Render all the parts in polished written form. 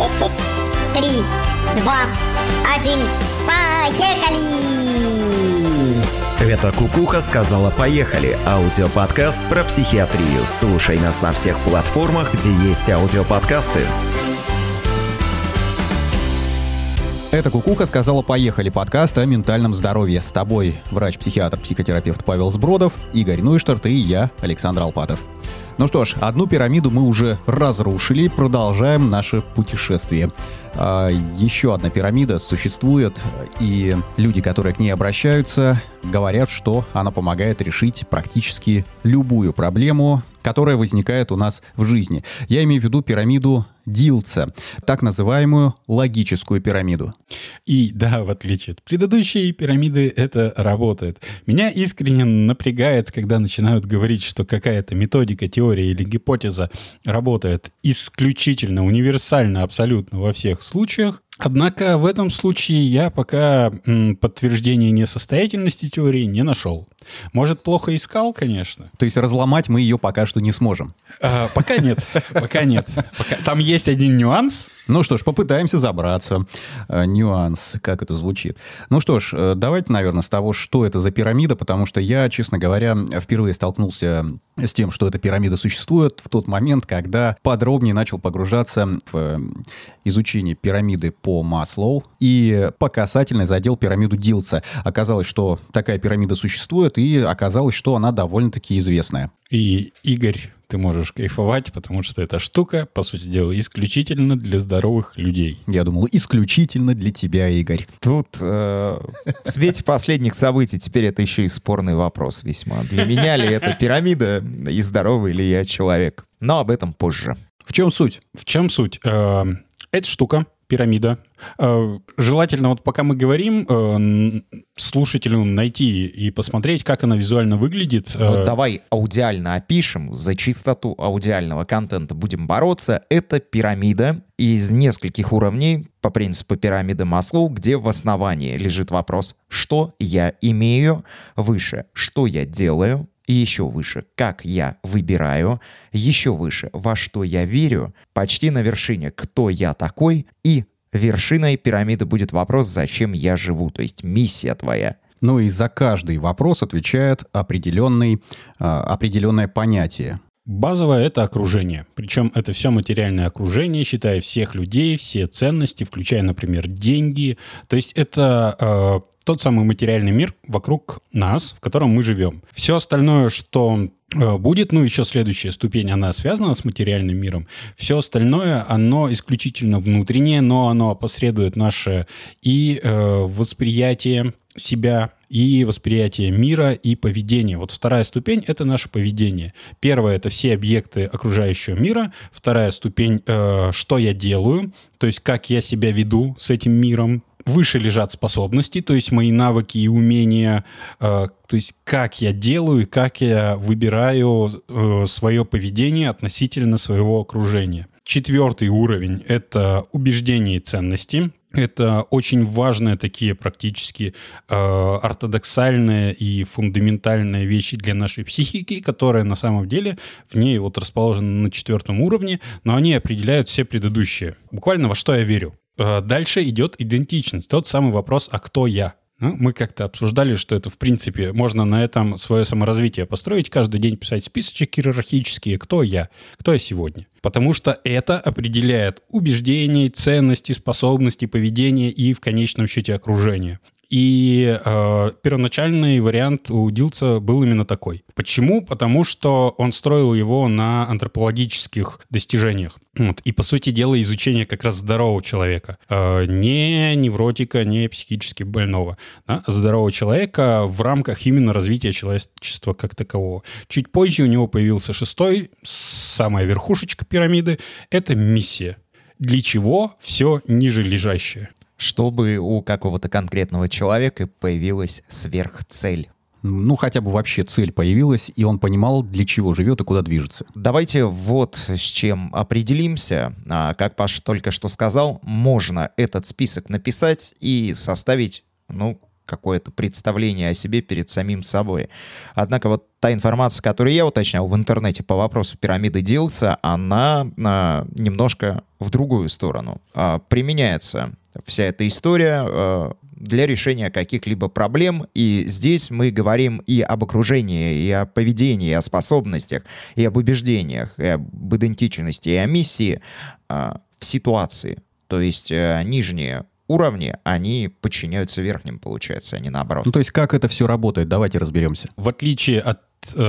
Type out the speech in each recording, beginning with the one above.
3, 2, 1, поехали! Это Кукуха сказала «Поехали» – аудиоподкаст про психиатрию. Слушай нас на всех платформах, где есть аудиоподкасты. Это «Кукуха сказала «Поехали» – подкаст о ментальном здоровье. С тобой врач-психиатр, психотерапевт Павел Сбродов, Игорь Нойштарт и я, Александр Алпатов. Ну что ж, одну пирамиду мы уже разрушили, продолжаем наше путешествие. Еще одна пирамида существует, и люди, которые к ней обращаются, говорят, что она помогает решить практически любую проблему, которая возникает у нас в жизни. Я имею в виду пирамиду Дилца, так называемую логическую пирамиду. И да, в отличие от предыдущей пирамиды, это работает. Меня искренне напрягает, когда начинают говорить, что какая-то методика, теория или гипотеза работает исключительно, универсально, абсолютно во всех случаях. Однако в этом случае я пока подтверждения несостоятельности теории не нашел. Может, плохо искал, конечно. То есть разломать мы ее пока что не сможем? Пока нет, пока нет. Там есть один нюанс. Ну что ж, попытаемся забраться. Нюанс, как это звучит. Ну что ж, давайте, наверное, с того, что это за пирамида, потому что я, честно говоря, впервые столкнулся с тем, что эта пирамида существует в тот момент, когда подробнее начал погружаться в изучение пирамиды по Маслоу и по касательной задел пирамиду Дилца. Оказалось, что такая пирамида существует, и оказалось, что она довольно-таки известная. И, Игорь, ты можешь кайфовать, потому что эта штука, по сути дела, исключительно для здоровых людей. Я думал, исключительно для тебя, Игорь. Тут в свете последних событий теперь это еще и спорный вопрос весьма. Для меня ли это пирамида и здоровый ли я человек? Но об этом позже. В чем суть? В чем суть? Эта штука, пирамида. Желательно, вот пока мы говорим, слушателю найти и посмотреть, как она визуально выглядит. Ну, давай аудиально опишем, за чистоту аудиального контента будем бороться. Это пирамида из нескольких уровней по принципу пирамиды Маслоу, где в основании лежит вопрос, что я имею, выше, что я делаю, и еще выше, как я выбираю, еще выше, во что я верю, почти на вершине, кто я такой, и вершиной пирамиды будет вопрос, зачем я живу, то есть миссия твоя. Ну и за каждый вопрос отвечает определенное понятие. Базовое — это окружение. Причем это все материальное окружение, считая всех людей, все ценности, включая, например, деньги. То есть это тот самый материальный мир вокруг нас, в котором мы живем. Все остальное, что будет, ну, еще следующая ступень, она связана с материальным миром. Все остальное, оно исключительно внутреннее, но оно опосредует наше и восприятие себя, и восприятие мира, и поведение. Вот вторая ступень — это наше поведение. Первая — это все объекты окружающего мира. Вторая ступень — что я делаю, то есть как я себя веду с этим миром. Выше лежат способности, то есть мои навыки и умения, то есть как я делаю и как я выбираю свое поведение относительно своего окружения. Четвертый уровень — это убеждения и ценности. Это очень важные такие практически ортодоксальные и фундаментальные вещи для нашей психики, которые на самом деле в ней вот расположены на четвертом уровне, но они определяют все предыдущие. Буквально во что я верю. Дальше идет идентичность. Тот самый вопрос, а кто я? Мы как-то обсуждали, что это, в принципе, можно на этом свое саморазвитие построить, каждый день писать списочек иерархические, кто я сегодня. Потому что это определяет убеждения, ценности, способности, поведение и, в конечном счете, окружение. И первоначальный вариант у Дилца был именно такой. Почему? Потому что он строил его на антропологических достижениях. Вот. И, по сути дела, изучение как раз здорового человека. Не невротика, не психически больного. Да? Здорового человека в рамках именно развития человечества как такового. Чуть позже у него появился шестой, самая верхушечка пирамиды. Это миссия. Для чего все ниже лежащее? Чтобы у какого-то конкретного человека появилась сверхцель. Ну, хотя бы вообще цель появилась, и он понимал, для чего живет и куда движется. Давайте вот с чем определимся. Как Паша только что сказал, можно этот список написать и составить, какое-то представление о себе перед самим собой. Однако вот та информация, которую я уточнял в интернете по вопросу пирамиды Дилса, она немножко в другую сторону. Применяется вся эта история для решения каких-либо проблем, и здесь мы говорим и об окружении, и о поведении, и о способностях, и об убеждениях, и об идентичности, и о миссии в ситуации. То есть нижние уровни, они подчиняются верхним, получается, а не наоборот. Ну, то есть как это все работает? Давайте разберемся. В отличие от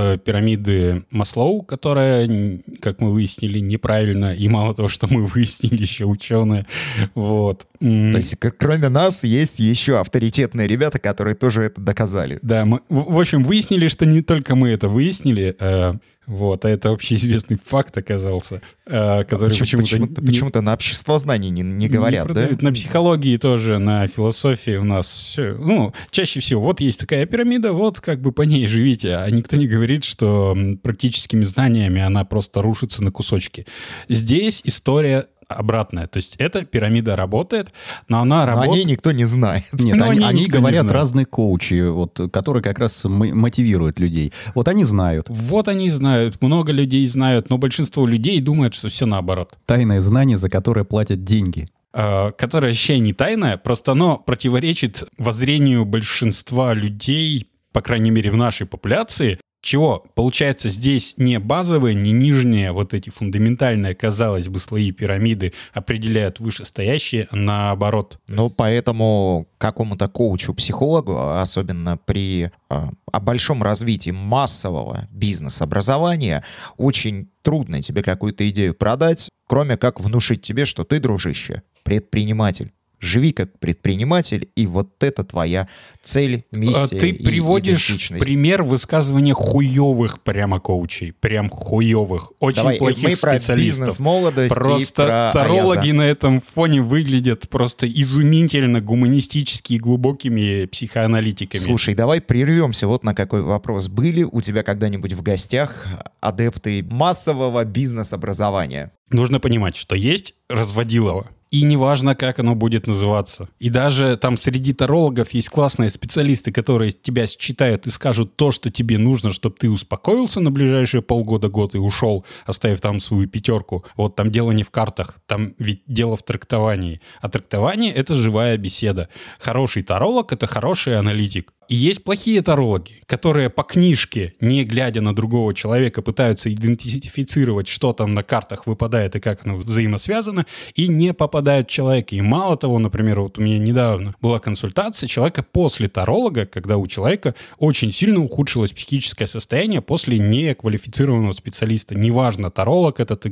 пирамиды Маслоу, которая, как мы выяснили, неправильно, и мало того, что мы выяснили, еще ученые. Вот. То есть кроме нас есть еще авторитетные ребята, которые тоже это доказали. Да, мы, в общем, выяснили, что не только мы это выяснили, вот, а это общеизвестный факт оказался, который почему-то на обществознании не говорят, не да? На психологии тоже, на философии у нас все, ну, чаще всего, вот есть такая пирамида, вот как бы по ней живите, а никто не говорит, что практическими знаниями она просто рушится на кусочки. Здесь история обратная. То есть эта пирамида работает, но она работает... о ней никто не знает. Нет, они говорят разные коучи, вот, которые как раз мотивируют людей. Вот они знают. Вот они знают, много людей знают, но большинство людей думает, что все наоборот. Тайное знание, за которое платят деньги. Которое вообще не тайное, просто оно противоречит воззрению большинства людей, по крайней мере в нашей популяции. Чего? Получается, здесь не базовые, не нижние, вот эти фундаментальные, казалось бы, слои пирамиды определяют вышестоящие, а наоборот. Ну, поэтому какому-то коучу-психологу, особенно при большом развитии массового бизнес-образования, очень трудно тебе какую-то идею продать, кроме как внушить тебе, что ты, дружище, предприниматель. Живи как предприниматель, и вот это твоя цель, миссия. Ты приводишь в пример высказывания хуевых прямо коучей. Прям хуевых. Очень плохих специалистов. Мы про бизнес-молодость. Просто тарологи на этом фоне выглядят просто изумительно гуманистически и глубокими психоаналитиками. Слушай, давай прервемся вот на какой вопрос. Были у тебя когда-нибудь в гостях адепты массового бизнес-образования? Нужно понимать, что есть разводилово. И неважно, как оно будет называться. И даже там среди тарологов есть классные специалисты, которые тебя считают и скажут то, что тебе нужно, чтобы ты успокоился на ближайшие полгода-год и ушел, оставив там свою 5. Вот там дело не в картах, там ведь дело в трактовании. А трактование — это живая беседа. Хороший таролог — это хороший аналитик. И есть плохие тарологи, которые по книжке, не глядя на другого человека, пытаются идентифицировать, что там на картах выпадает и как оно взаимосвязано, и не попадают в человека. И мало того, например, вот у меня недавно была консультация человека после таролога, когда у человека очень сильно ухудшилось психическое состояние после неквалифицированного специалиста. Неважно, таролог этот,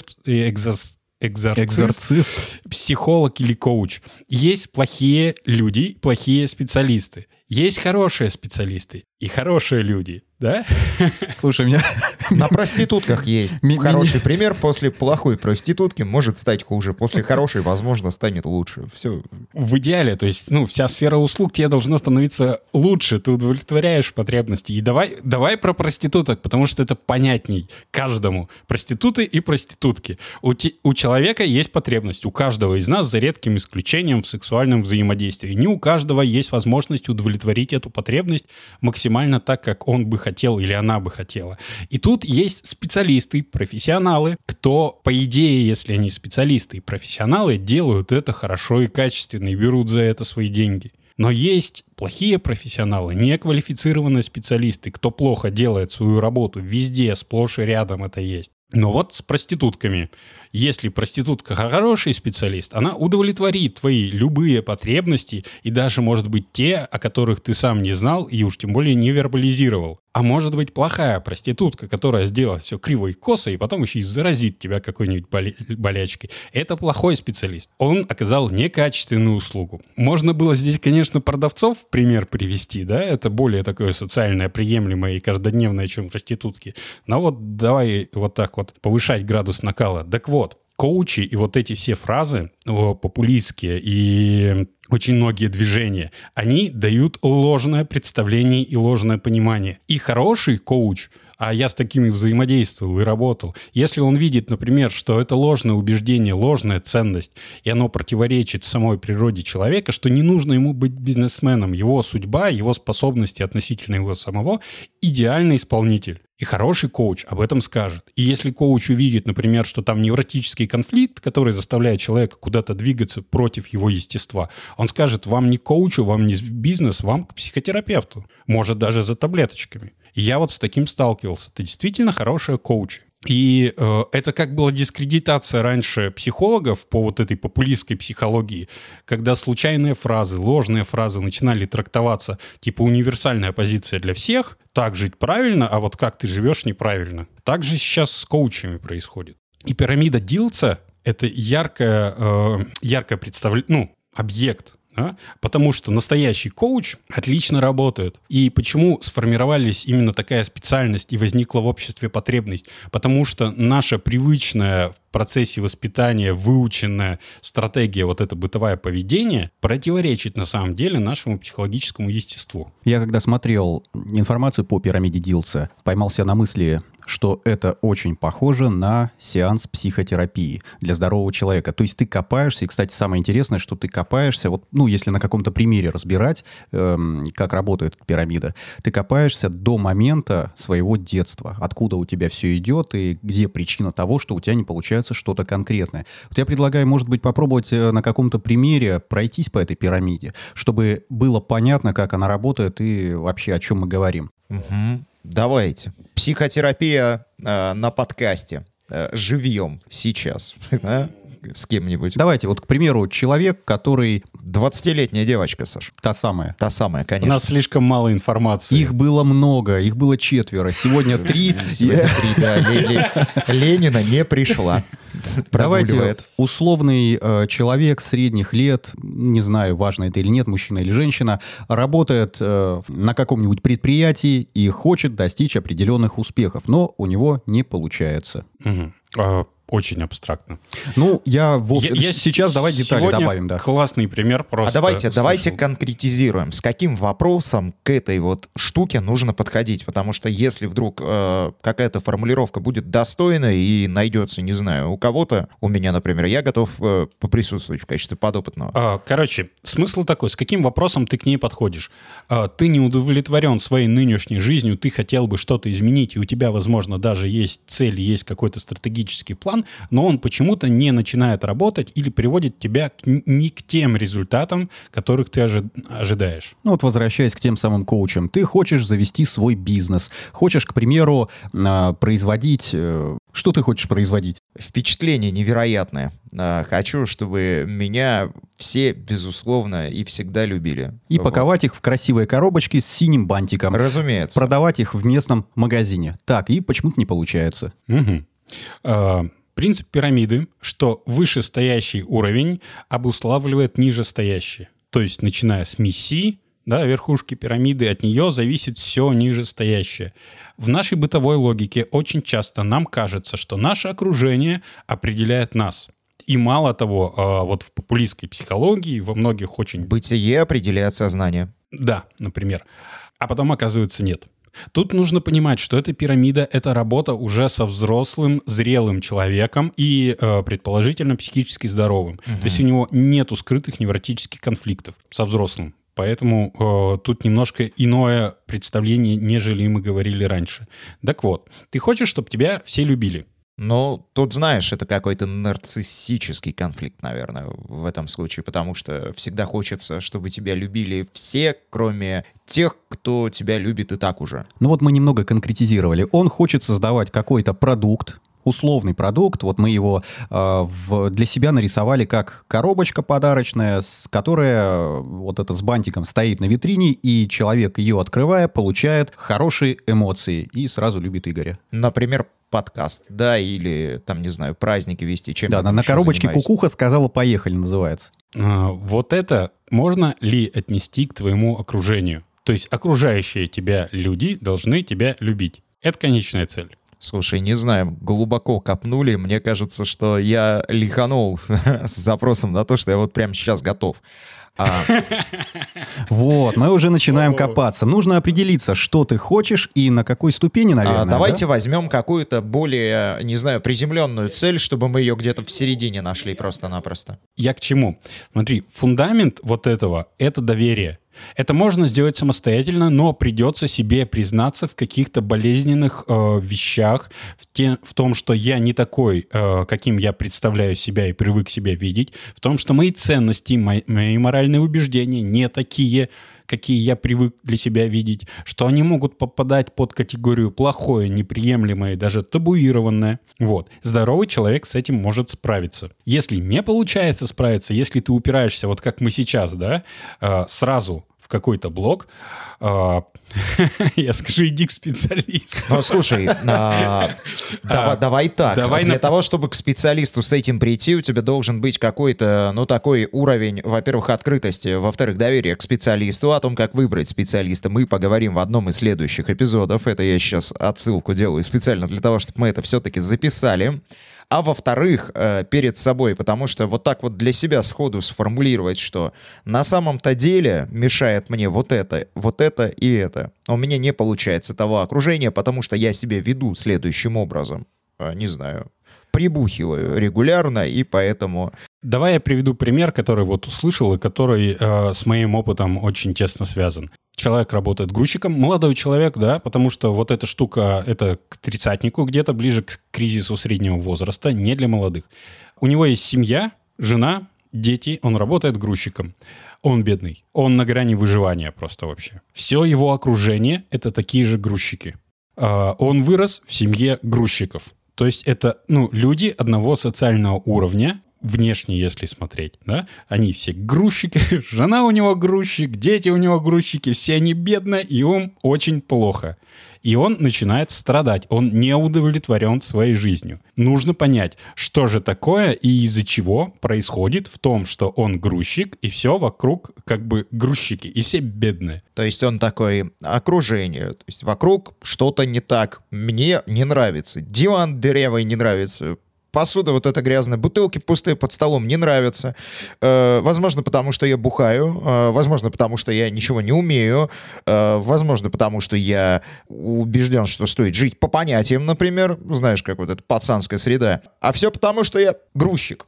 экзорцист, психолог или коуч. Есть плохие люди, плохие специалисты. Есть хорошие специалисты и хорошие люди, да? Слушай, меня... На проститутках есть хороший пример. После плохой проститутки может стать хуже. После хорошей, возможно, станет лучше. Все. В идеале, то есть, вся сфера услуг тебе должна становиться лучше. Ты удовлетворяешь потребности. И давай про проституток, потому что это понятней каждому. Проституты и проститутки. У человека есть потребность. У каждого из нас, за редким исключением, в сексуальном взаимодействии. Не у каждого есть возможность удовлетворить эту потребность максимально так, как он бы хотел или она бы хотела. И тут есть специалисты, профессионалы, кто, по идее, если они специалисты и профессионалы, делают это хорошо и качественно и берут за это свои деньги. Но есть плохие профессионалы, неквалифицированные специалисты, кто плохо делает свою работу. Везде, сплошь и рядом это есть. Но вот с проститутками. Если проститутка хороший специалист, она удовлетворит твои любые потребности и даже, может быть, те, о которых ты сам не знал и уж тем более не вербализировал. А может быть, плохая проститутка, которая сделает все криво и косо, и потом еще и заразит тебя какой-нибудь болячкой. Это плохой специалист. Он оказал некачественную услугу. Можно было здесь, конечно, продавцов в пример привести, да? Это более такое социальное, приемлемое и каждодневное, чем проститутки. Но вот давай вот так вот повышать градус накала. Так вот, коучи и вот эти все фразы популистские и очень многие движения, они дают ложное представление и ложное понимание. И хороший коуч, а я с такими взаимодействовал и работал, если он видит, например, что это ложное убеждение, ложная ценность, и оно противоречит самой природе человека, что не нужно ему быть бизнесменом, его судьба, его способности относительно его самого — идеальный исполнитель. И хороший коуч об этом скажет. И если коуч увидит, например, что там невротический конфликт, который заставляет человека куда-то двигаться против его естества, он скажет: вам не к коучу, вам не в бизнес, вам к психотерапевту. Может, даже за таблеточками. И я вот с таким сталкивался. Это действительно хорошие коучи. И это как была дискредитация раньше психологов по вот этой популистской психологии, когда случайные фразы, ложные фразы начинали трактоваться типа универсальная позиция для всех, так жить правильно, а вот как ты живешь неправильно. Так же сейчас с коучами происходит. И пирамида Дилца — это яркое представление, объект. Да? Потому что настоящий коуч отлично работает. И почему сформировались именно такая специальность и возникла в обществе потребность? Потому что наша привычная в процессе воспитания выученная стратегия, вот это бытовое поведение, противоречит на самом деле нашему психологическому естеству. Я когда смотрел информацию по пирамиде Дилца, поймался на мысли, что это очень похоже на сеанс психотерапии для здорового человека. То есть ты копаешься, и, кстати, самое интересное, что ты копаешься, если на каком-то примере разбирать, как работает эта пирамида, ты копаешься до момента своего детства, откуда у тебя все идет и где причина того, что у тебя не получается что-то конкретное. Вот я предлагаю, может быть, попробовать на каком-то примере пройтись по этой пирамиде, чтобы было понятно, как она работает и вообще о чем мы говорим. Угу. Давайте. Психотерапия на подкасте. Живьем сейчас. С кем-нибудь. Давайте, вот, к примеру, человек, который... 20-летняя девочка, Саш. Та самая, конечно. У нас слишком мало информации. Их было много, их было 4. Сегодня 3. Ленина не пришла. Давайте, условный человек средних лет, не знаю, важно это или нет, мужчина или женщина, работает на каком-нибудь предприятии и хочет достичь определенных успехов, но у него не получается. Очень абстрактно. Сейчас давай детали добавим. Да. Классный пример просто. Давайте конкретизируем, с каким вопросом к этой вот штуке нужно подходить, потому что если вдруг какая-то формулировка будет достойна и найдется, не знаю, у кого-то, у меня, например, я готов поприсутствовать в качестве подопытного. Смысл такой, с каким вопросом ты к ней подходишь? Ты не удовлетворен своей нынешней жизнью, ты хотел бы что-то изменить, и у тебя, возможно, даже есть цель, есть какой-то стратегический план, но он почему-то не начинает работать или приводит тебя не к тем результатам, которых ты ожидаешь. Возвращаясь к тем самым коучам, ты хочешь завести свой бизнес, хочешь, к примеру, производить... Что ты хочешь производить? Впечатление невероятное. Хочу, чтобы меня все, безусловно, и всегда любили. И паковать их в красивые коробочки с синим бантиком. Разумеется. Продавать их в местном магазине. Так, и почему-то не получается. Принцип пирамиды, что вышестоящий уровень обуславливает нижестоящий. То есть, начиная с миссии, верхушки пирамиды, от нее зависит все нижестоящее. В нашей бытовой логике очень часто нам кажется, что наше окружение определяет нас. И мало того, вот в популистской психологии, во многих очень... Бытие определяет сознание. Да, например. А потом, оказывается, нет. Тут нужно понимать, что эта пирамида — это работа уже со взрослым, зрелым человеком и, предположительно, психически здоровым. То есть у него нету скрытых невротических конфликтов со взрослым. Поэтому тут немножко иное представление, нежели мы говорили раньше. Так вот, ты хочешь, чтобы тебя все любили? Тут, знаешь, это какой-то нарциссический конфликт, наверное, в этом случае, потому что всегда хочется, чтобы тебя любили все, кроме тех, кто тебя любит и так уже. Мы немного конкретизировали. Он хочет создавать какой-то продукт, условный продукт, мы его для себя нарисовали как коробочка подарочная, которая с бантиком стоит на витрине, и человек, ее открывая, получает хорошие эмоции и сразу любит Игоря. Например, подкаст, или, не знаю, праздники вести, чем я на коробочке «Кукуха сказала поехали» называется. Вот это можно ли отнести к твоему окружению? То есть окружающие тебя люди должны тебя любить. Это конечная цель. Слушай, не знаю, глубоко копнули. Мне кажется, что я лиханул с запросом на то, что я прямо сейчас готов. Вот, мы уже начинаем копаться. Нужно определиться, что ты хочешь и на какой ступени, наверное. Давайте возьмем какую-то более, не знаю, приземленную цель, чтобы мы ее где-то в середине нашли просто-напросто. Я к чему? Смотри, фундамент вот этого — это доверие. Это можно сделать самостоятельно, но придется себе признаться в каких-то болезненных вещах, в том, что я не такой, каким я представляю себя и привык себя видеть, в том, что мои ценности, мои моральные убеждения не такие, какие я привык для себя видеть, что они могут попадать под категорию плохое, неприемлемое и даже табуированное. Вот. Здоровый человек с этим может справиться. Если не получается справиться, если ты упираешься, вот как мы сейчас, да, сразу в какой-то блок, я скажу, иди к специалисту. Ну, слушай, давай так. Для того, чтобы к специалисту с этим прийти, у тебя должен быть какой-то, такой уровень, во-первых, открытости, во-вторых, доверия к специалисту. О том, как выбрать специалиста, мы поговорим в одном из следующих эпизодов. Это я сейчас отсылку делаю специально для того, чтобы мы это все-таки записали. А во-вторых, перед собой, потому что вот так вот для себя сходу сформулировать, что на самом-то деле мешает мне вот это и это. У меня не получается того окружения, потому что я себя веду следующим образом. Не знаю, прибухиваю регулярно, и поэтому... Давай я приведу пример, который вот услышал, и который с моим опытом очень тесно связан. Человек работает грузчиком, молодой человек, да, потому что вот эта штука, это к тридцатнику, где-то ближе к кризису среднего возраста, не для молодых. У него есть семья, жена, дети, он работает грузчиком. Он бедный, он на грани выживания просто вообще. Все его окружение — это такие же грузчики. Он вырос в семье грузчиков. То есть это, люди одного социального уровня, внешне, если смотреть, да, они все грузчики, жена у него грузчик, дети у него грузчики, все они бедные, и им очень плохо. И он начинает страдать, он не удовлетворен своей жизнью. Нужно понять, что же такое и из-за чего происходит в том, что он грузчик, и все вокруг как бы грузчики, и все бедные. То есть он такой окружение, то есть вокруг что-то не так, мне не нравится, диван дырявый не нравится, посуда вот эта грязная, бутылки пустые под столом не нравятся. Возможно, потому что я бухаю. Возможно, потому что я ничего не умею. Возможно, потому что я убежден, что стоит жить по понятиям, например. Знаешь, как вот эта пацанская среда. А все потому, что я грузчик.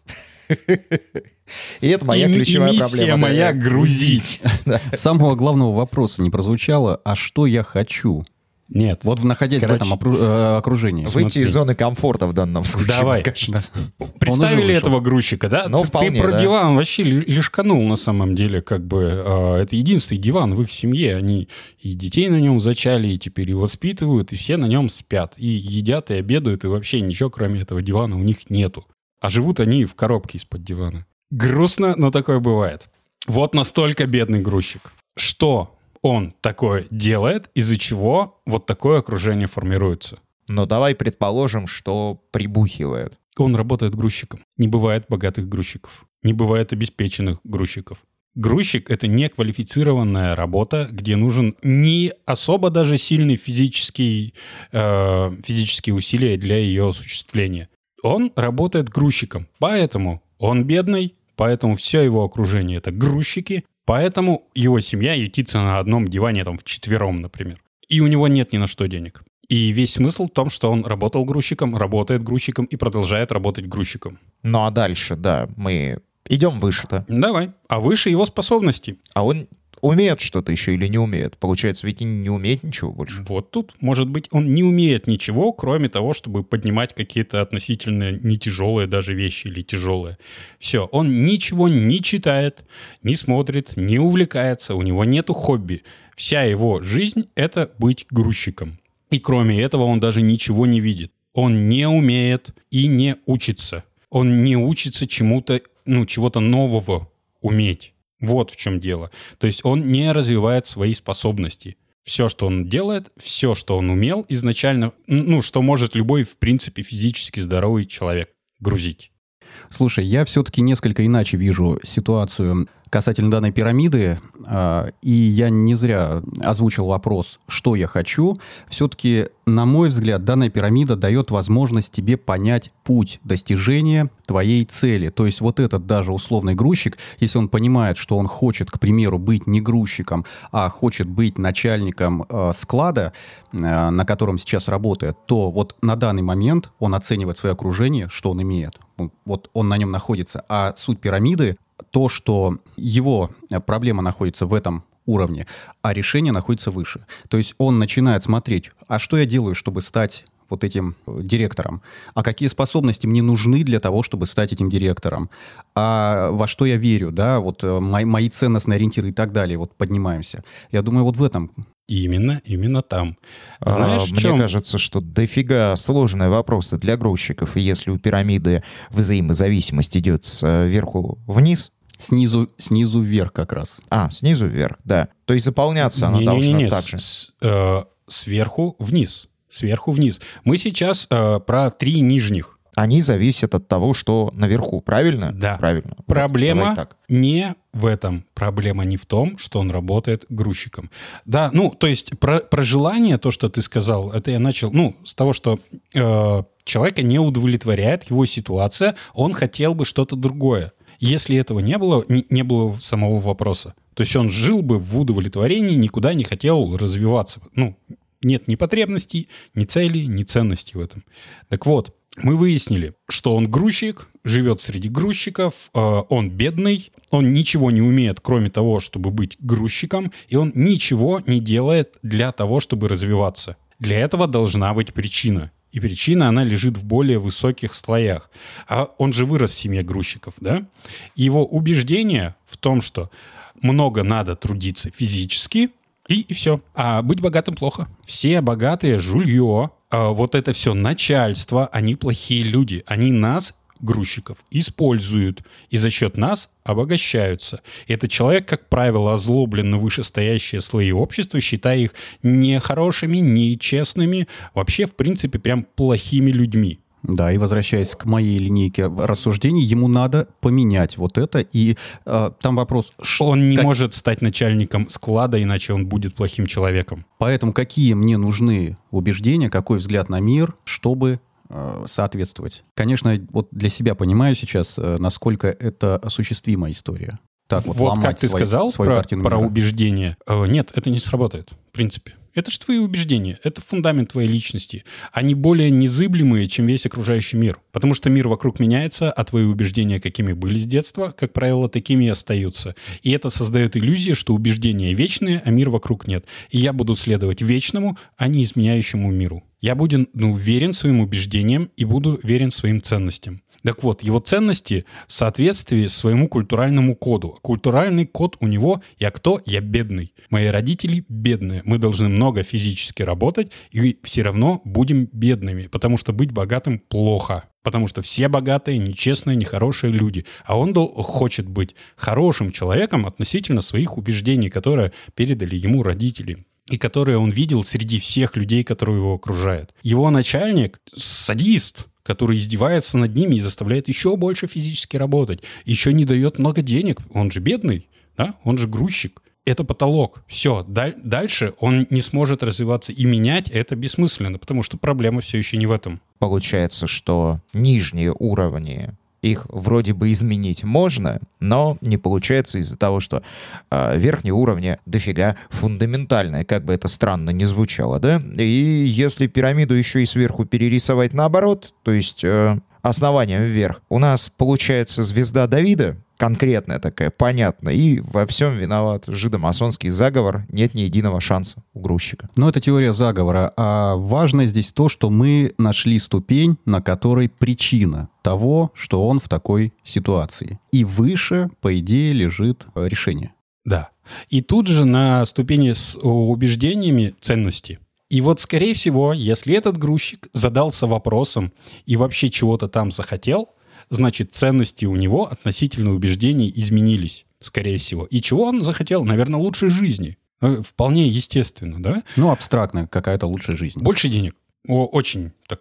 И это моя ключевая проблема. Миссия моя — грузить. Самого главного вопроса не прозвучало: а что я хочу? Нет. Вот находясь в этом окружении. Выйти из зоны комфорта в данном случае. Давай. Представили этого грузчика, да? Ты про диван вообще лишканул на самом деле. Как бы это единственный диван в их семье. Они и детей на нем зачали, и теперь и воспитывают, и все на нем спят. И едят, и обедают, и вообще ничего кроме этого дивана у них нету. А живут они в коробке из-под дивана. Грустно, но такое бывает. Вот настолько бедный грузчик. Что он такое делает, из-за чего вот такое окружение формируется? Но давай предположим, что прибухивает. Он работает грузчиком. Не бывает богатых грузчиков. Не бывает обеспеченных грузчиков. Грузчик — это неквалифицированная работа, где нужен не особо даже сильный физические усилия для ее осуществления. Он работает грузчиком, поэтому он бедный, поэтому все его окружение — это грузчики, поэтому его семья ютится на одном диване, там, вчетвером, например. И у него нет ни на что денег. И весь смысл в том, что он работал грузчиком, работает грузчиком и продолжает работать грузчиком. Ну а дальше, да, мы идем выше-то. Давай. А выше его способности. А он умеет что-то еще или не умеет? Получается, ведь не умеет ничего больше. Вот тут, может быть, он не умеет ничего, кроме того, чтобы поднимать какие-то относительно не тяжелые даже вещи или тяжелые. Все, он ничего не читает, не смотрит, не увлекается, у него нету хобби. Вся его жизнь — это быть грузчиком. И кроме этого он даже ничего не видит. Он не умеет и не учится. Он не учится чему-то, чего-то нового уметь. Вот в чем дело. То есть он не развивает свои способности. Все, что он делает, все, что он умел изначально, что может любой, в принципе, физически здоровый человек — грузить. Слушай, я все-таки несколько иначе вижу ситуацию. касательно данной пирамиды, и я не зря озвучил вопрос, что я хочу. Все-таки, на мой взгляд, данная пирамида дает возможность тебе понять путь достижения твоей цели. То есть вот этот даже условный грузчик, если он понимает, что он хочет, к примеру, быть не грузчиком, а хочет быть начальником склада, на котором сейчас работает, то вот на данный момент он оценивает свое окружение, что он имеет. Вот он на нем находится. А суть пирамиды — то, что его проблема находится в этом уровне, а решение находится выше. То есть он начинает смотреть, а что я делаю, чтобы стать вот этим директором? А какие способности мне нужны для того, чтобы стать этим директором? А во что я верю, да, вот мои ценностные ориентиры и так далее, вот поднимаемся. Я думаю, вот в этом. Именно там. Знаешь, Мне кажется, что дофига сложные вопросы для грузчиков. И если у пирамиды взаимозависимость идет сверху вниз... Снизу вверх как раз. Снизу вверх, да. То есть заполняться она должна так же. Сверху вниз. Сверху вниз. Мы сейчас про 3 нижних. Они зависят от того, что наверху, правильно? Да. Правильно. Проблема вот, не в этом. Проблема не в том, что он работает грузчиком. Да, то есть про желание, то, что ты сказал, это я начал, с того, что человека не удовлетворяет его ситуация, он хотел бы что-то другое. Если этого не было, не было самого вопроса. То есть он жил бы в удовлетворении, никуда не хотел развиваться. Нет ни потребностей, ни целей, ни ценностей в этом. Так вот, мы выяснили, что он грузчик, живет среди грузчиков, он бедный, он ничего не умеет, кроме того, чтобы быть грузчиком, и он ничего не делает для того, чтобы развиваться. Для этого должна быть причина. И причина, она лежит в более высоких слоях. А он же вырос в семье грузчиков, да? Его убеждение в том, что много надо трудиться физически, и все. А быть богатым плохо. Все богатые жулье, вот это все начальство, они плохие люди. Они нас, грузчиков, используют и за счет нас обогащаются. И этот человек, как правило, озлоблен на вышестоящие слои общества, считая их нехорошими, нечестными, вообще, в принципе, прям плохими людьми. Да, и возвращаясь к моей линейке рассуждений, ему надо поменять вот это. И там вопрос... Он не может стать начальником склада, иначе он будет плохим человеком. Поэтому какие мне нужны убеждения, какой взгляд на мир, чтобы соответствовать? Конечно, вот для себя понимаю сейчас, насколько это осуществимая история. Так вот как ты сказал про убеждения. Нет, это не сработает, в принципе. Это же твои убеждения, это фундамент твоей личности. Они более незыблемые, чем весь окружающий мир. Потому что мир вокруг меняется, а твои убеждения, какими были с детства, как правило, такими и остаются. И это создает иллюзию, что убеждения вечные, а мир вокруг нет. И я буду следовать вечному, а не изменяющему миру. Я буду верен своим убеждениям и буду верен своим ценностям. Так вот, его ценности в соответствии своему культуральному коду. Культуральный код у него «я кто? Я бедный». Мои родители бедные. Мы должны много физически работать и все равно будем бедными, потому что быть богатым плохо. Потому что все богатые, нечестные, нехорошие люди. А он хочет быть хорошим человеком относительно своих убеждений, которые передали ему родители. И которые он видел среди всех людей, которые его окружают. Его начальник – садист, который издевается над ними и заставляет еще больше физически работать. Еще не дает много денег. Он же бедный, да? Он же грузчик. Это потолок. Все. Дальше он не сможет развиваться. И менять это бессмысленно, потому что проблема все еще не в этом. Получается, что нижние уровни... Их вроде бы изменить можно, но не получается из-за того, что верхние уровни дофига фундаментальные, как бы это странно ни звучало, да? И если пирамиду еще и сверху перерисовать наоборот, то есть основанием вверх, у нас получается звезда Давида, конкретная такая, понятная, и во всем виноват жидомасонский заговор, нет ни единого шанса у грузчика. Но это теория заговора, а важно здесь то, что мы нашли ступень, на которой причина того, что он в такой ситуации. И выше, по идее, лежит решение. Да. И тут же на ступени с убеждениями ценности. И вот, скорее всего, если этот грузчик задался вопросом и вообще чего-то там захотел, значит, ценности у него относительно убеждений изменились, скорее всего. И чего он захотел? Наверное, лучшей жизни. Вполне естественно, да? Ну, абстрактная какая-то лучшая жизнь. Больше денег. Очень такая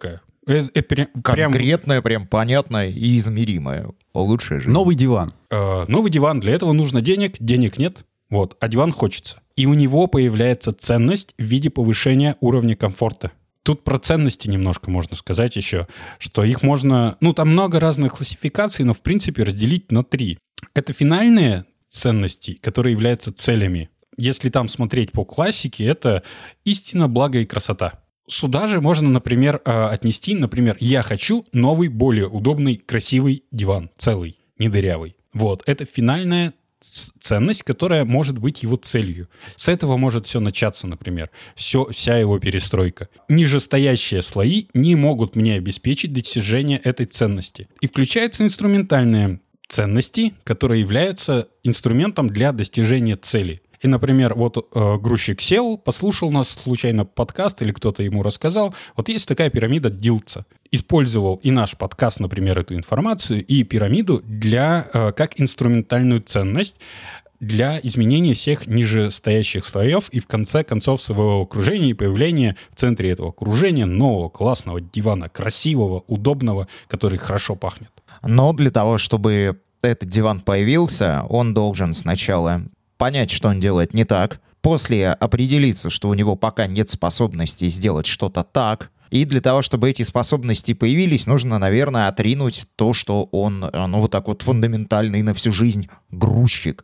Конкретная, прям понятная и измеримая. Лучшая жизнь. Новый диван. Новый диван. Для этого нужно денег нет. Вот, а диван хочется. И у него появляется ценность в виде повышения уровня комфорта. Тут про ценности немножко можно сказать еще, что их можно... там много разных классификаций, но в принципе разделить на 3. Это финальные ценности, которые являются целями. Если там смотреть по классике, это истина, благо и красота. Сюда же можно, например, отнести, я хочу новый, более удобный, красивый диван, целый, не дырявый. Вот, это финальная ценность, которая может быть его целью. С этого может все начаться, например, вся его перестройка. Нижестоящие слои не могут мне обеспечить достижение этой ценности. И включаются инструментальные ценности, которые являются инструментом для достижения цели. И, например, грузчик сел, послушал нас случайно подкаст, или кто-то ему рассказал. Вот есть такая пирамида Дилтса. Использовал и наш подкаст, например, эту информацию, и пирамиду как инструментальную ценность для изменения всех нижестоящих слоев и в конце концов своего окружения и появления в центре этого окружения нового классного дивана, красивого, удобного, который хорошо пахнет. Но для того, чтобы этот диван появился, он должен сначала понять, что он делает не так, после определиться, что у него пока нет способности сделать что-то так, и для того, чтобы эти способности появились, нужно, наверное, отринуть то, что он, вот так вот фундаментальный на всю жизнь грузчик.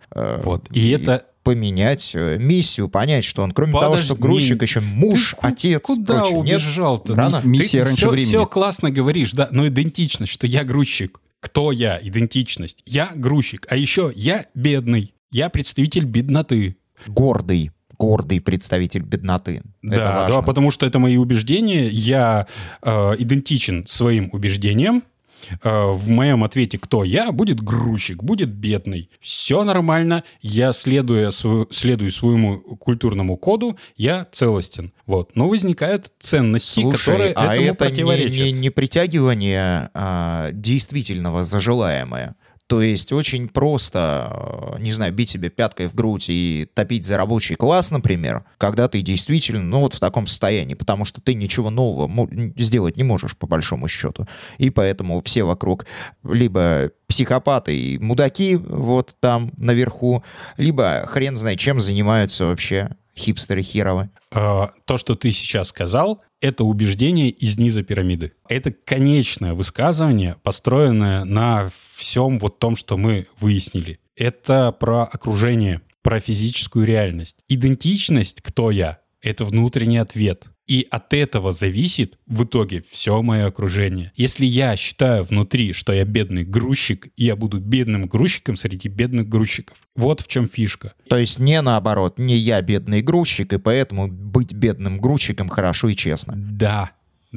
Поменять миссию, понять, что он, кроме того, что грузчик, еще муж, отец, куда прочее. убежал-то? Миссия раньше времени. Все классно говоришь, да, но идентичность, что я грузчик. Кто я? Идентичность. Я грузчик, а еще я бедный. Я представитель бедноты. Гордый представитель бедноты. Да, потому что это мои убеждения. Я идентичен своим убеждениям. В моем ответе «кто я?» будет грузчик, будет бедный. Все нормально. Я следую своему культурному коду, я целостен. Вот. Но возникают ценности, которые этому противоречат. Это не притягивание действительного за желаемое. То есть очень просто, бить себе пяткой в грудь и топить за рабочий класс, например, когда ты действительно, в таком состоянии, потому что ты ничего нового сделать не можешь, по большому счету. И поэтому все вокруг либо психопаты и мудаки вот там наверху, либо хрен знает чем занимаются вообще хипстеры херовы. То, что ты сейчас сказал, это убеждение из низа пирамиды. Это конечное высказывание, построенное на всем том, что мы выяснили. Это про окружение, про физическую реальность. Идентичность «кто я?» — это внутренний ответ. И от этого зависит в итоге все мое окружение. Если я считаю внутри, что я бедный грузчик, я буду бедным грузчиком среди бедных грузчиков. Вот в чем фишка. То есть не наоборот, не я бедный грузчик, и поэтому быть бедным грузчиком хорошо и честно. Да.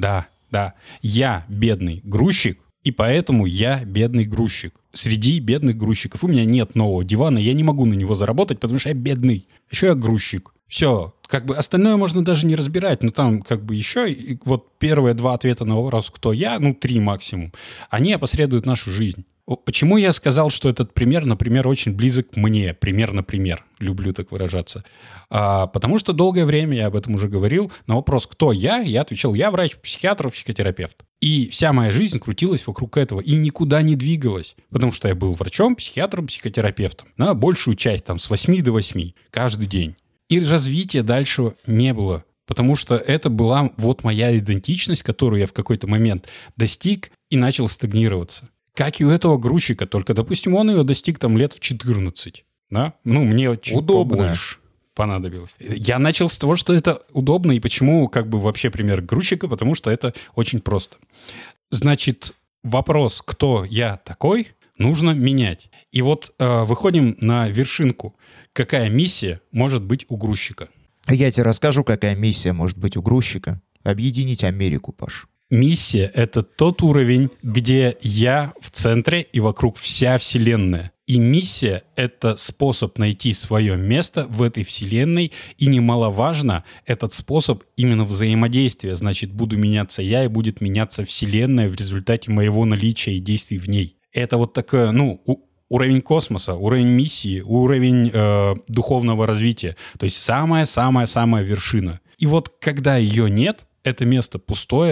Я бедный грузчик, и поэтому я бедный грузчик. Среди бедных грузчиков у меня нет нового дивана, я не могу на него заработать, потому что я бедный. Еще я грузчик. Все, остальное можно даже не разбирать, но там еще, первые 2 ответа на вопрос «кто я?», 3 максимум, они опосредуют нашу жизнь. Почему я сказал, что этот пример, например, очень близок к мне? Пример, люблю так выражаться. Потому что долгое время, я об этом уже говорил, на вопрос «кто я?», я отвечал «я врач, психиатр, психотерапевт». И вся моя жизнь крутилась вокруг этого и никуда не двигалась, потому что я был врачом, психиатром, психотерапевтом. На большую часть, с 8 до 8, каждый день. И развития дальше не было, потому что это была моя идентичность, которую я в какой-то момент достиг и начал стагнироваться. Как и у этого грузчика, только, допустим, он ее достиг лет в 14. Да? Мне чуть побольше понадобилось. Я начал с того, что это удобно, и почему вообще пример грузчика, потому что это очень просто. Значит, вопрос «кто я такой?» нужно менять. И выходим на вершинку. Какая миссия может быть у грузчика? Я тебе расскажу, какая миссия может быть у грузчика. Объединить Америку, Паш. Миссия — это тот уровень, где я в центре и вокруг вся вселенная. И миссия — это способ найти свое место в этой вселенной. И немаловажно, этот способ именно взаимодействия. Значит, буду меняться я, и будет меняться вселенная в результате моего наличия и действий в ней. Это такое, уровень космоса, уровень миссии, уровень духовного развития. То есть самая-самая-самая вершина. И когда ее нет, это место пустое,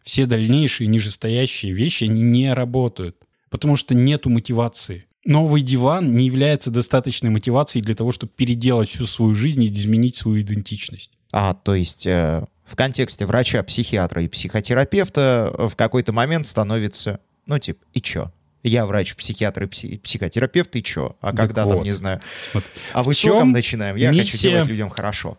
все дальнейшие нижестоящие вещи, они не работают, потому что нету мотивации. Новый диван не является достаточной мотивацией для того, чтобы переделать всю свою жизнь и изменить свою идентичность. То есть в контексте врача, психиатра и психотерапевта в какой-то момент становится, и чё? Я врач, психиатр и психотерапевт, и чё? А когда вот. там, не знаю, Смотри, о высоком начинаем, я хочу делать людям хорошо.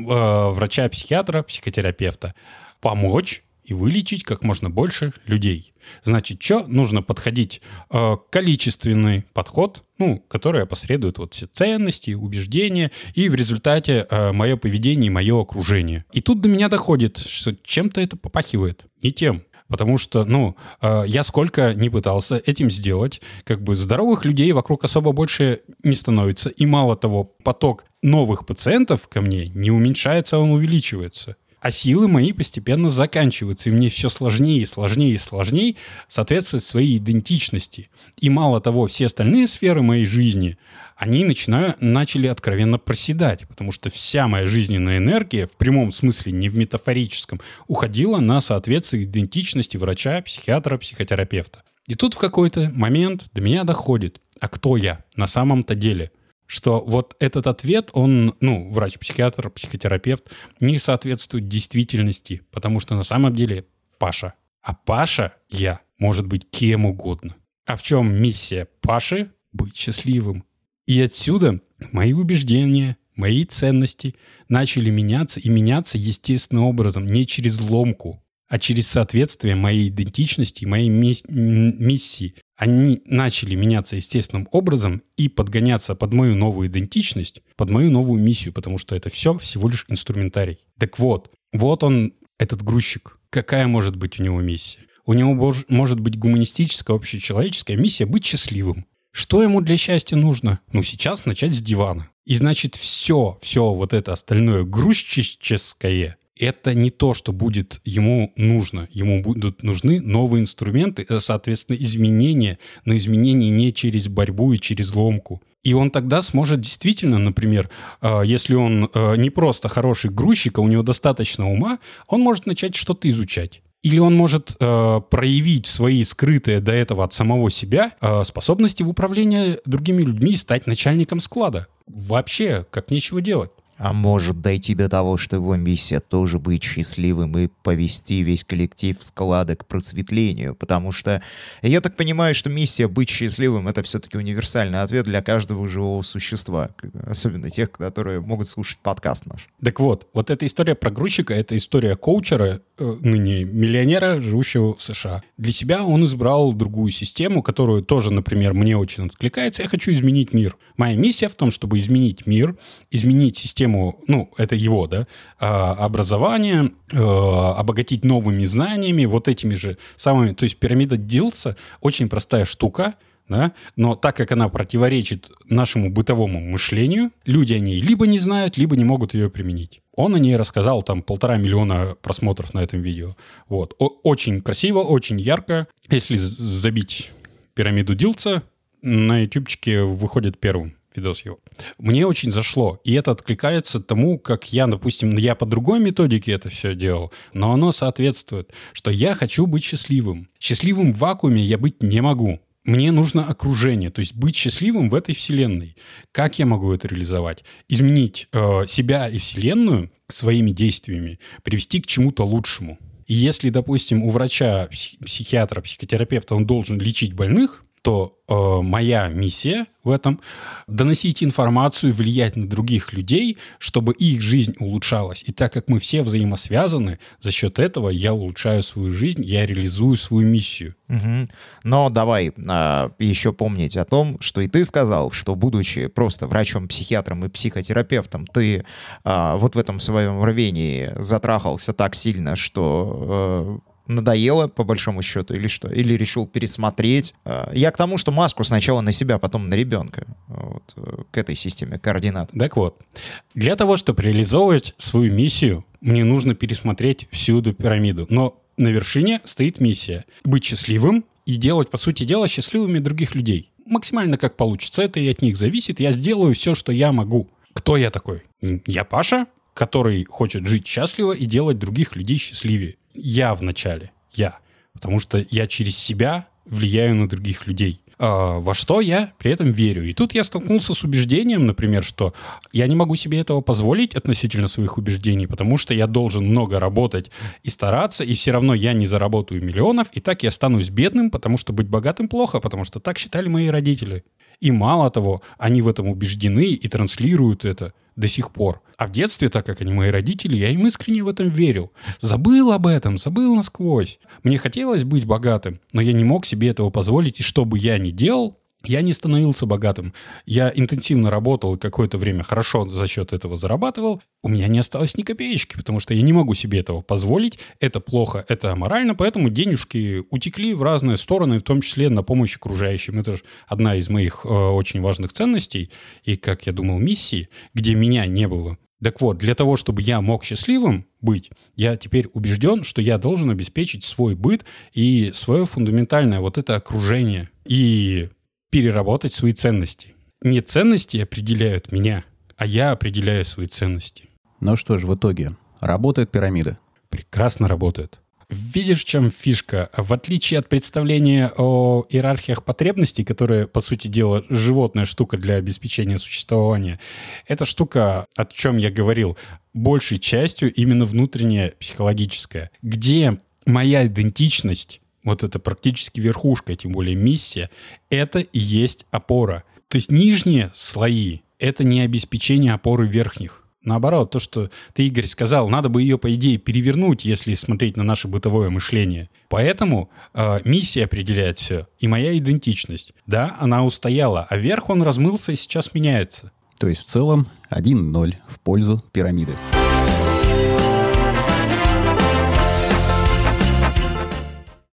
Врача, психиатра, психотерапевта помочь и вылечить как можно больше людей. Значит, что? Нужно подходить количественный подход, который опосредует все ценности, убеждения, и в результате мое поведение и мое окружение. И тут до меня доходит, что чем-то это попахивает. Не тем. Потому что, я сколько не пытался этим сделать, здоровых людей вокруг особо больше не становится. И мало того, поток новых пациентов ко мне не уменьшается, а он увеличивается. А силы мои постепенно заканчиваются, и мне все сложнее и сложнее и сложнее соответствовать своей идентичности. И мало того, все остальные сферы моей жизни, они начали откровенно проседать, потому что вся моя жизненная энергия, в прямом смысле, не в метафорическом, уходила на соответствие идентичности врача, психиатра, психотерапевта. И тут в какой-то момент до меня доходит, а кто я на самом-то деле? Что вот этот ответ, он, врач, психиатр, психотерапевт, не соответствует действительности, потому что на самом деле Паша. А Паша, может быть кем угодно. А в чем миссия Паши? Быть счастливым. И отсюда мои убеждения, мои ценности начали меняться, и меняться естественным образом, не через ломку, а через соответствие моей идентичности, моей миссии. Они начали меняться естественным образом и подгоняться под мою новую идентичность, под мою новую миссию, потому что это все всего лишь инструментарий. Так вот он, этот грузчик. Какая может быть у него миссия? У него может быть гуманистическая, общечеловеческая миссия быть счастливым. Что ему для счастья нужно? Сейчас начать с дивана. И значит, все вот это остальное грузчическое, это не то, что будет ему нужно. Ему будут нужны новые инструменты, соответственно, изменения, но изменения не через борьбу и через ломку. И он тогда сможет действительно, например, если он не просто хороший грузчик, а у него достаточно ума, он может начать что-то изучать. Или он может проявить свои скрытые до этого от самого себя способности в управлении другими людьми и стать начальником склада. Вообще, как нечего делать. А может дойти до того, что его миссия тоже быть счастливым и повести весь коллектив склада к просветлению. Потому что я так понимаю, что миссия быть счастливым — это все-таки универсальный ответ для каждого живого существа. Особенно тех, которые могут слушать подкаст наш. Так вот эта история про грузчика — это история коучера, ныне миллионера, живущего в США. Для себя он избрал другую систему, которую тоже, например, мне очень откликается. Я хочу изменить мир. Моя миссия в том, чтобы изменить мир, изменить систему, это его, образование, обогатить новыми знаниями, вот этими же самыми. То есть пирамида Дилса очень простая штука, да, но так как она противоречит нашему бытовому мышлению, люди о ней либо не знают, либо не могут ее применить. Он о ней рассказал, 1,5 миллиона просмотров на этом видео. Вот. Очень красиво, очень ярко. Если забить пирамиду Дилса, на ютубчике выходит первым видос его. Мне очень зашло, и это откликается тому, как я по другой методике это все делал, но оно соответствует, что я хочу быть счастливым. Счастливым в вакууме я быть не могу. Мне нужно окружение, то есть быть счастливым в этой вселенной. Как я могу это реализовать? Изменить себя и вселенную своими действиями, привести к чему-то лучшему. И если, допустим, у врача, психиатра, психотерапевта он должен лечить больных, то моя миссия в этом — доносить информацию, влиять на других людей, чтобы их жизнь улучшалась. И так как мы все взаимосвязаны, за счет этого я улучшаю свою жизнь, я реализую свою миссию. Угу. Но давай еще помнить о том, что и ты сказал, что, будучи просто врачом, психиатром и психотерапевтом, ты вот в этом своем рвении затрахался так сильно, что... надоело, по большому счету, или что? Или решил пересмотреть? Я к тому, что маску сначала на себя, потом на ребенка. Вот, к этой системе координат. Так вот, для того, чтобы реализовывать свою миссию, мне нужно пересмотреть всю эту пирамиду. Но на вершине стоит миссия — быть счастливым и делать, по сути дела, счастливыми других людей. Максимально как получится, это и от них зависит. Я сделаю все, что я могу. Кто я такой? Я Паша, который хочет жить счастливо и делать других людей счастливее. Я в начале. я. Потому что я через себя влияю на других людей. Во что я при этом верю. И тут я столкнулся с убеждением, например, что я не могу себе этого позволить относительно своих убеждений, потому что я должен много работать и стараться, и все равно я не заработаю миллионов, и так я останусь бедным, потому что быть богатым плохо, потому что так считали мои родители. И мало того, они в этом убеждены и транслируют это до сих пор. А в детстве, так как они мои родители, я им искренне в этом верил. Забыл об этом, забыл насквозь. Мне хотелось быть богатым, но я не мог себе этого позволить, и что бы я ни делал, я не становился богатым. Я интенсивно работал и какое-то время хорошо за счет этого зарабатывал. У меня не осталось ни копеечки, потому что я не могу себе этого позволить. Это плохо, это аморально, поэтому денежки утекли в разные стороны, в том числе на помощь окружающим. Это же одна из моих очень важных ценностей и, как я думал, миссии, где меня не было. Так вот, для того, чтобы я мог счастливым быть, я теперь убежден, что я должен обеспечить свой быт и свое фундаментальное вот это окружение. И переработать свои ценности. Не ценности определяют меня, а я определяю свои ценности. Ну что ж, в итоге, работает пирамида? Прекрасно работает. Видишь, в чем фишка? В отличие от представления о иерархиях потребностей, которые, по сути дела, животная штука для обеспечения существования, эта штука, о чем я говорил, большей частью именно внутренняя, психологическая, где моя идентичность, вот это практически верхушка, тем более миссия, это и есть опора. То есть нижние слои — это не обеспечение опоры верхних. Наоборот, то, что ты, Игорь, сказал, надо бы ее, по идее, перевернуть, если смотреть на наше бытовое мышление. Поэтому миссия определяет все, и моя идентичность. Да, она устояла, а верх он размылся и сейчас меняется. То есть в целом 1-0 в пользу пирамиды.